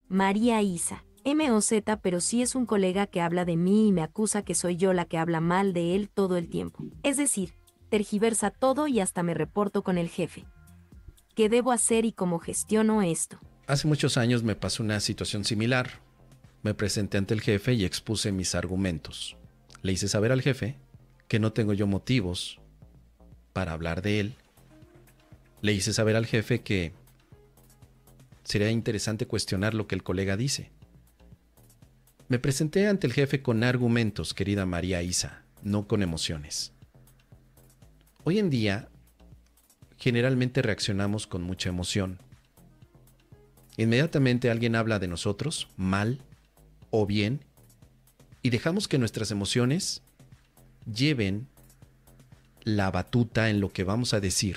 María Isa, MOZ, pero sí es un colega que habla de mí y me acusa que soy yo la que habla mal de él todo el tiempo. Es decir, tergiversa todo y hasta me reporto con el jefe. ¿Qué debo hacer y cómo gestiono esto? Hace muchos años me pasó una situación similar. Me presenté ante el jefe y expuse mis argumentos. Le hice saber al jefe que no tengo yo motivos para hablar de él. Le hice saber al jefe que sería interesante cuestionar lo que el colega dice. Me presenté ante el jefe con argumentos, querida María Isa, no con emociones. Hoy en día, generalmente reaccionamos con mucha emoción. Inmediatamente alguien habla de nosotros, mal o bien, y dejamos que nuestras emociones lleven la batuta en lo que vamos a decir.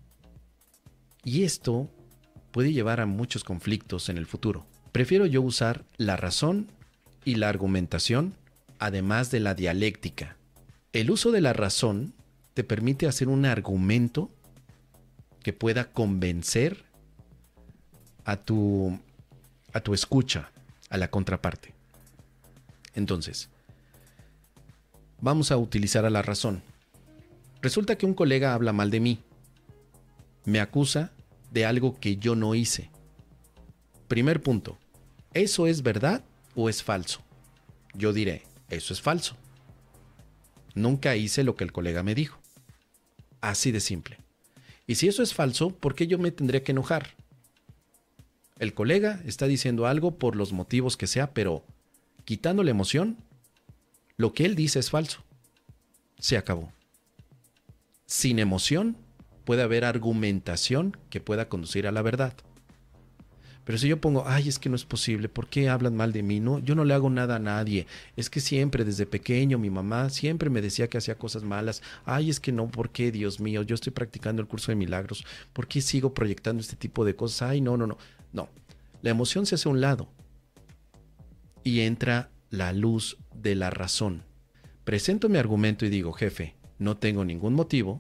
Y esto puede llevar a muchos conflictos en el futuro. Prefiero yo usar la razón y la argumentación, además de la dialéctica. El uso de la razón te permite hacer un argumento que pueda convencer a tu escucha, a la contraparte. Entonces, vamos a utilizar a la razón. Resulta que un colega habla mal de mí. Me acusa de algo que yo no hice. Primer punto, ¿eso es verdad o es falso? Yo diré, eso es falso. Nunca hice lo que el colega me dijo. Así de simple. Y si eso es falso, ¿por qué yo me tendría que enojar? El colega está diciendo algo por los motivos que sea, pero quitando la emoción, lo que él dice es falso. Se acabó. Sin emoción puede haber argumentación que pueda conducir a la verdad. Pero si yo pongo, ay, es que no es posible, ¿por qué hablan mal de mí? No, yo no le hago nada a nadie. Es que siempre, desde pequeño, mi mamá siempre me decía que hacía cosas malas. Ay, es que no, ¿por qué, Dios mío? Yo estoy practicando el curso de milagros. ¿Por qué sigo proyectando este tipo de cosas? Ay, no. No, la emoción se hace a un lado y entra la luz de la razón. Presento mi argumento y digo, jefe, no tengo ningún motivo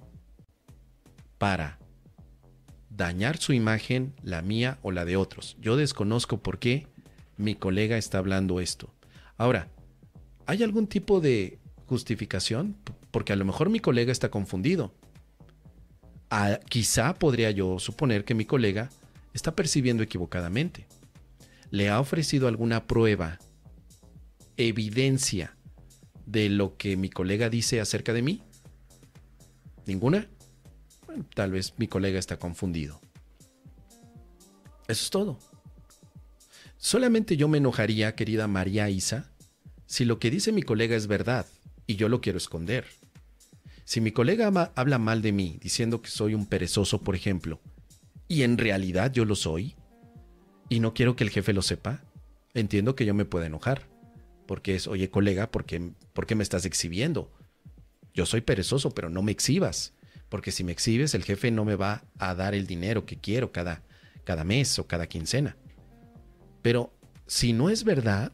para dañar su imagen, la mía o la de otros. Yo desconozco por qué mi colega está hablando esto. Ahora, ¿hay algún tipo de justificación? Porque a lo mejor mi colega está confundido. Quizá podría yo suponer que mi colega está percibiendo equivocadamente. ¿Le ha ofrecido alguna prueba, evidencia de lo que mi colega dice acerca de mí? ¿Ninguna? Bueno, tal vez mi colega está confundido. Eso es todo. Solamente yo me enojaría, querida María Isa, si lo que dice mi colega es verdad y yo lo quiero esconder. Si mi colega habla mal de mí, diciendo que soy un perezoso, por ejemplo, y en realidad yo lo soy, y no quiero que el jefe lo sepa, entiendo que yo me pueda enojar. Porque es, oye colega, ¿por qué me estás exhibiendo? Yo soy perezoso, pero no me exhibas. Porque si me exhibes, el jefe no me va a dar el dinero que quiero cada mes o cada quincena. Pero si no es verdad,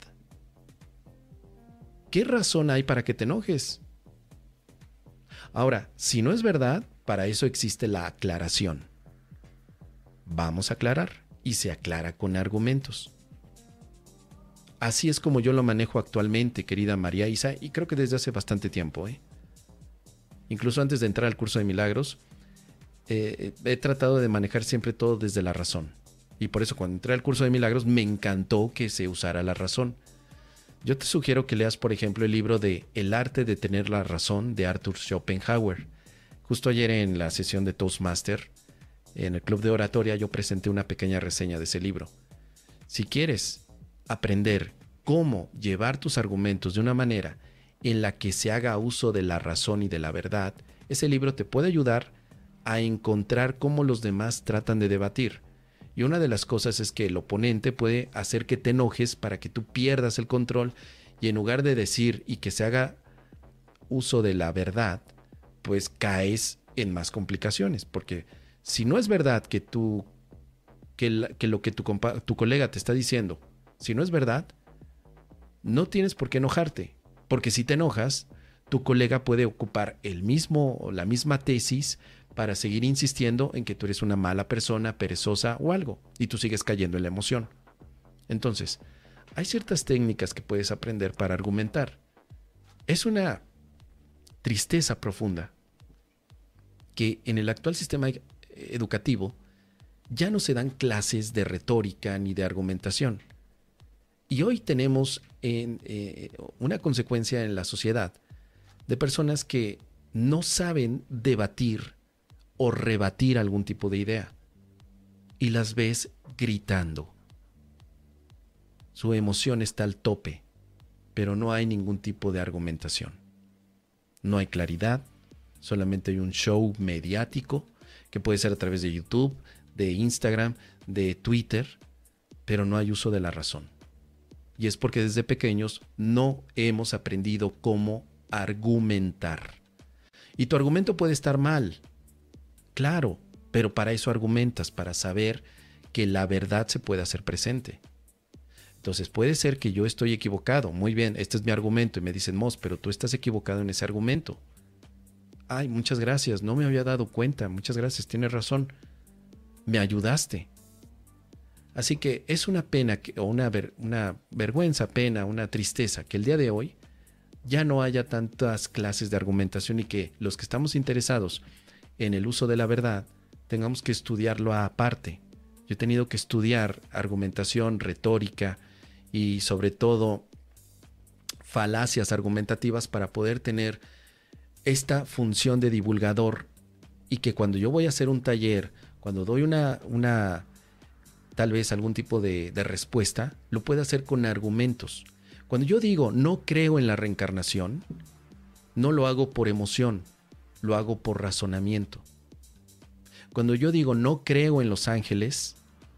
¿qué razón hay para que te enojes? Ahora, si no es verdad, para eso existe la aclaración. Vamos a aclarar y se aclara con argumentos. Así es como yo lo manejo actualmente, querida María Isa, y creo que desde hace bastante tiempo. Incluso antes de entrar al curso de milagros, he tratado de manejar siempre todo desde la razón. Y por eso cuando entré al curso de milagros me encantó que se usara la razón. Yo te sugiero que leas, por ejemplo, el libro de El arte de tener la razón de Arthur Schopenhauer. Justo ayer en la sesión de Toastmaster, en el club de oratoria, yo presenté una pequeña reseña de ese libro. Si quieres aprender cómo llevar tus argumentos de una manera en la que se haga uso de la razón y de la verdad, ese libro te puede ayudar a encontrar cómo los demás tratan de debatir. Y una de las cosas es que el oponente puede hacer que te enojes para que tú pierdas el control y en lugar de decir y que se haga uso de la verdad, pues caes en más complicaciones. Porque si no es verdad que lo que tu colega te está diciendo, si no es verdad, no tienes por qué enojarte. Porque si te enojas, tu colega puede ocupar la misma tesis para seguir insistiendo en que tú eres una mala persona, perezosa o algo, y tú sigues cayendo en la emoción. Entonces, hay ciertas técnicas que puedes aprender para argumentar. Es una tristeza profunda que en el actual sistema educativo ya no se dan clases de retórica ni de argumentación. Y hoy tenemos una consecuencia en la sociedad de personas que no saben debatir o rebatir algún tipo de idea. Y las ves gritando. Su emoción está al tope, pero no hay ningún tipo de argumentación. No hay claridad, solamente hay un show mediático que puede ser a través de YouTube, de Instagram, de Twitter, pero no hay uso de la razón. Y es porque desde pequeños no hemos aprendido cómo argumentar. Y tu argumento puede estar mal, claro, pero para eso argumentas, para saber que la verdad se puede hacer presente. Entonces puede ser que yo estoy equivocado. Muy bien, este es mi argumento. Y me dicen, Moss, pero tú estás equivocado en ese argumento. Ay, muchas gracias, no me había dado cuenta. Muchas gracias, tienes razón. Me ayudaste. Así que es una pena, o una vergüenza, pena, una tristeza, que el día de hoy ya no haya tantas clases de argumentación y que los que estamos interesados en el uso de la verdad tengamos que estudiarlo aparte. Yo he tenido que estudiar argumentación, retórica y sobre todo falacias argumentativas para poder tener esta función de divulgador y que cuando yo voy a hacer un taller, cuando doy una tal vez algún tipo de respuesta, lo pueda hacer con argumentos. Cuando yo digo no creo en la reencarnación, no lo hago por emoción, lo hago por razonamiento. Cuando yo digo no creo en los ángeles,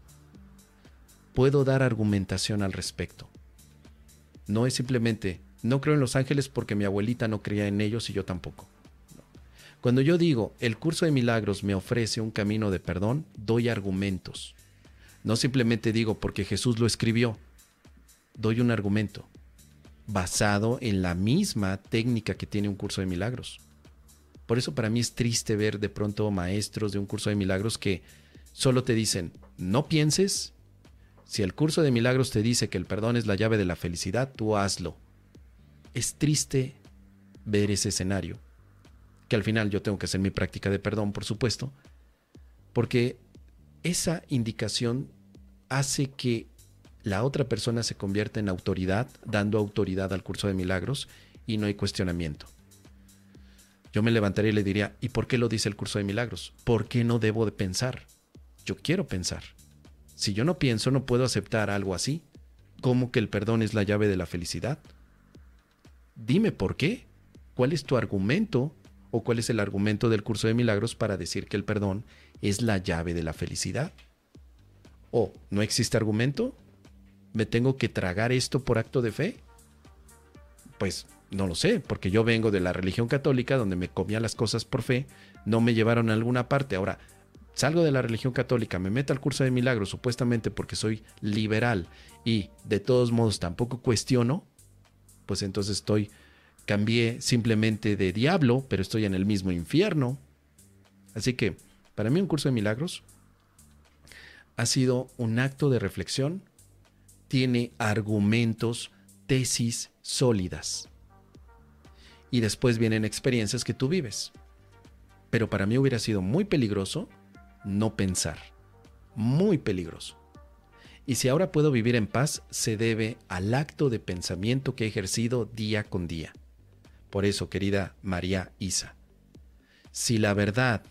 puedo dar argumentación al respecto. No es simplemente no creo en los ángeles porque mi abuelita no creía en ellos y yo tampoco. Cuando yo digo el curso de milagros me ofrece un camino de perdón, doy argumentos. No simplemente digo porque Jesús lo escribió, doy un argumento basado en la misma técnica que tiene un curso de milagros. Por eso para mí es triste ver de pronto maestros de un curso de milagros que solo te dicen, no pienses, si el curso de milagros te dice que el perdón es la llave de la felicidad, tú hazlo. Es triste ver ese escenario, que al final yo tengo que hacer mi práctica de perdón, por supuesto, porque esa indicación hace que la otra persona se convierta en autoridad, dando autoridad al curso de milagros y no hay cuestionamiento. Yo me levantaría y le diría, ¿y por qué lo dice el curso de milagros? ¿Por qué no debo de pensar? Yo quiero pensar. Si yo no pienso, no puedo aceptar algo así. ¿Cómo que el perdón es la llave de la felicidad? Dime por qué. ¿Cuál es tu argumento? ¿O cuál es el argumento del curso de milagros para decir que el perdón es la llave de la felicidad? ¿O no existe argumento? ¿Me tengo que tragar esto por acto de fe? Pues no lo sé, porque yo vengo de la religión católica donde me comía las cosas por fe, no me llevaron a alguna parte. Ahora, salgo de la religión católica, me meto al curso de milagros supuestamente porque soy liberal y de todos modos tampoco cuestiono, pues entonces cambié simplemente de diablo, pero estoy en el mismo infierno. Así que para mí un curso de milagros ha sido un acto de reflexión, tiene argumentos, tesis sólidas. Y después vienen experiencias que tú vives. Pero para mí hubiera sido muy peligroso no pensar. Muy peligroso. Y si ahora puedo vivir en paz, se debe al acto de pensamiento que he ejercido día con día. Por eso, querida María Isa, si la verdad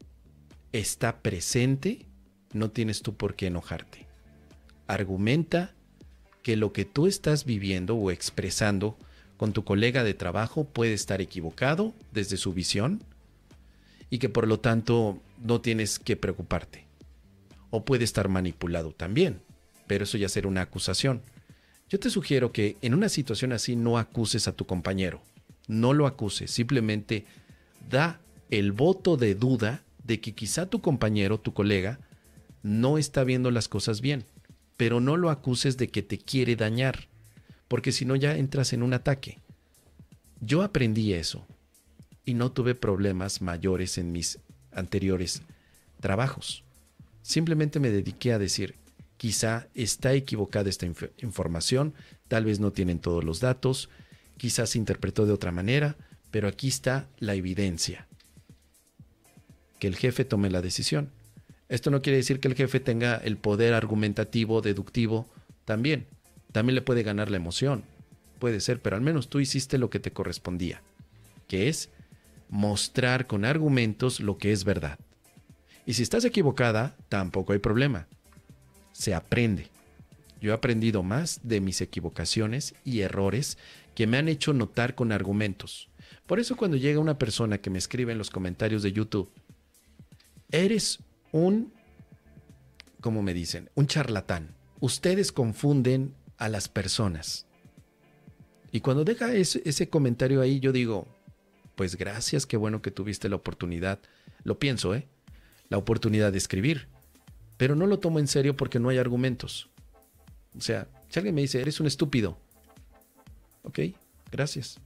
está presente, no tienes tú por qué enojarte. Argumenta que lo que tú estás viviendo o expresando con tu colega de trabajo puede estar equivocado desde su visión y que por lo tanto no tienes que preocuparte. O puede estar manipulado también, pero eso ya será una acusación. Yo te sugiero que en una situación así no acuses a tu compañero. No lo acuses, simplemente da el voto de duda de que quizá tu compañero, tu colega, no está viendo las cosas bien, pero no lo acuses de que te quiere dañar, porque si no ya entras en un ataque. Yo aprendí eso y no tuve problemas mayores en mis anteriores trabajos. Simplemente me dediqué a decir, Quizá está equivocada esta información, tal vez no tienen todos los datos, quizás se interpretó de otra manera, pero aquí está la evidencia. Que el jefe tome la decisión. Esto no quiere decir que el jefe tenga el poder argumentativo, deductivo, también le puede ganar la emoción, puede ser, pero al menos tú hiciste lo que te correspondía, que es mostrar con argumentos lo que es verdad. Y si estás equivocada, tampoco hay problema. Se aprende. Yo he aprendido más de mis equivocaciones y errores que me han hecho notar con argumentos. Por eso cuando llega una persona que me escribe en los comentarios de YouTube, eres ¿cómo me dicen? Un charlatán. Ustedes confunden a las personas. Y cuando deja ese comentario ahí, yo digo, pues gracias, qué bueno que tuviste la oportunidad. Lo pienso, la oportunidad de escribir. Pero no lo tomo en serio porque no hay argumentos. O sea, si alguien me dice, eres un estúpido. Ok, gracias.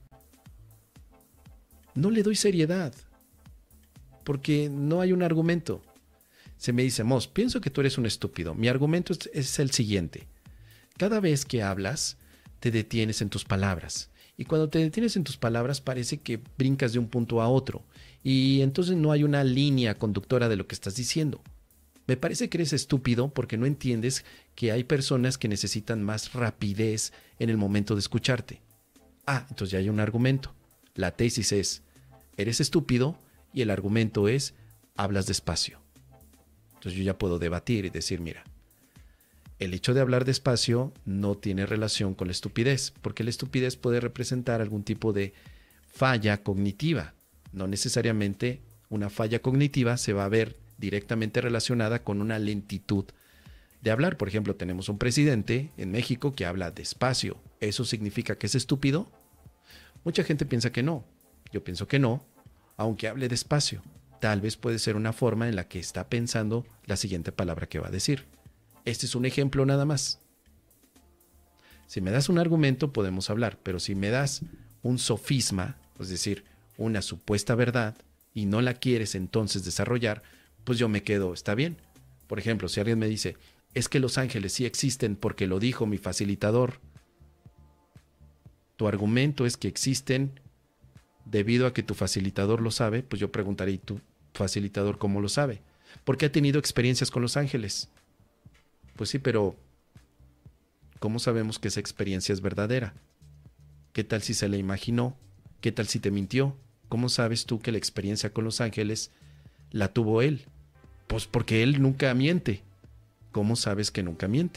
No le doy seriedad. Porque no hay un argumento. Se me dice, Mos, pienso que tú eres un estúpido. Mi argumento es el siguiente. Cada vez que hablas, te detienes en tus palabras. Y cuando te detienes en tus palabras, parece que brincas de un punto a otro. Y entonces no hay una línea conductora de lo que estás diciendo. Me parece que eres estúpido porque no entiendes que hay personas que necesitan más rapidez en el momento de escucharte. Entonces ya hay un argumento. La tesis es, eres estúpido, y el argumento es, hablas despacio. Entonces yo ya puedo debatir y decir, mira, el hecho de hablar despacio no tiene relación con la estupidez, porque la estupidez puede representar algún tipo de falla cognitiva. No necesariamente una falla cognitiva se va a ver directamente relacionada con una lentitud de hablar. Por ejemplo, tenemos un presidente en México que habla despacio. ¿Eso significa que es estúpido? Mucha gente piensa que no. Yo pienso que no, aunque hable despacio. Tal vez puede ser una forma en la que está pensando la siguiente palabra que va a decir. Este es un ejemplo nada más. Si me das un argumento podemos hablar, pero si me das un sofisma, es decir, una supuesta verdad, y no la quieres entonces desarrollar, pues yo me quedo, está bien. Por ejemplo, si alguien me dice, es que los ángeles sí existen porque lo dijo mi facilitador. Tu argumento es que existen debido a que tu facilitador lo sabe, pues yo preguntaré, ¿y tu facilitador cómo lo sabe? Porque ha tenido experiencias con los ángeles. Pues sí, pero ¿cómo sabemos que esa experiencia es verdadera? ¿Qué tal si se la imaginó? ¿Qué tal si te mintió? ¿Cómo sabes tú que la experiencia con los ángeles la tuvo él? Pues porque él nunca miente. ¿Cómo sabes que nunca miente?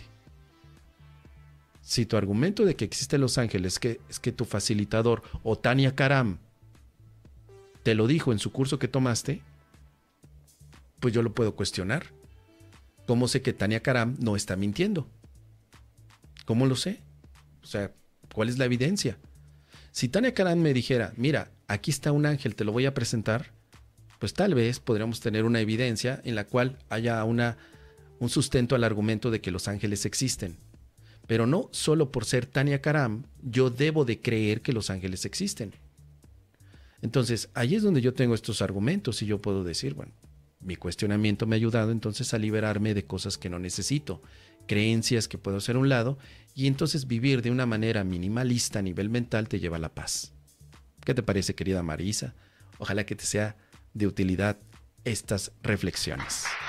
Si tu argumento de que existen los ángeles es que tu facilitador o Tania Karam te lo dijo en su curso que tomaste, pues yo lo puedo cuestionar. ¿Cómo sé que Tania Karam no está mintiendo? ¿Cómo lo sé? O sea, ¿cuál es la evidencia? Si Tania Karam me dijera, mira, aquí está un ángel, te lo voy a presentar, pues tal vez podríamos tener una evidencia en la cual haya un sustento al argumento de que los ángeles existen. Pero no solo por ser Tania Karam, yo debo de creer que los ángeles existen. Entonces, ahí es donde yo tengo estos argumentos y yo puedo decir, bueno, mi cuestionamiento me ha ayudado entonces a liberarme de cosas que no necesito, creencias que puedo hacer a un lado, y entonces vivir de una manera minimalista a nivel mental te lleva a la paz. ¿Qué te parece, querida Marisa? Ojalá que te sea de utilidad estas reflexiones.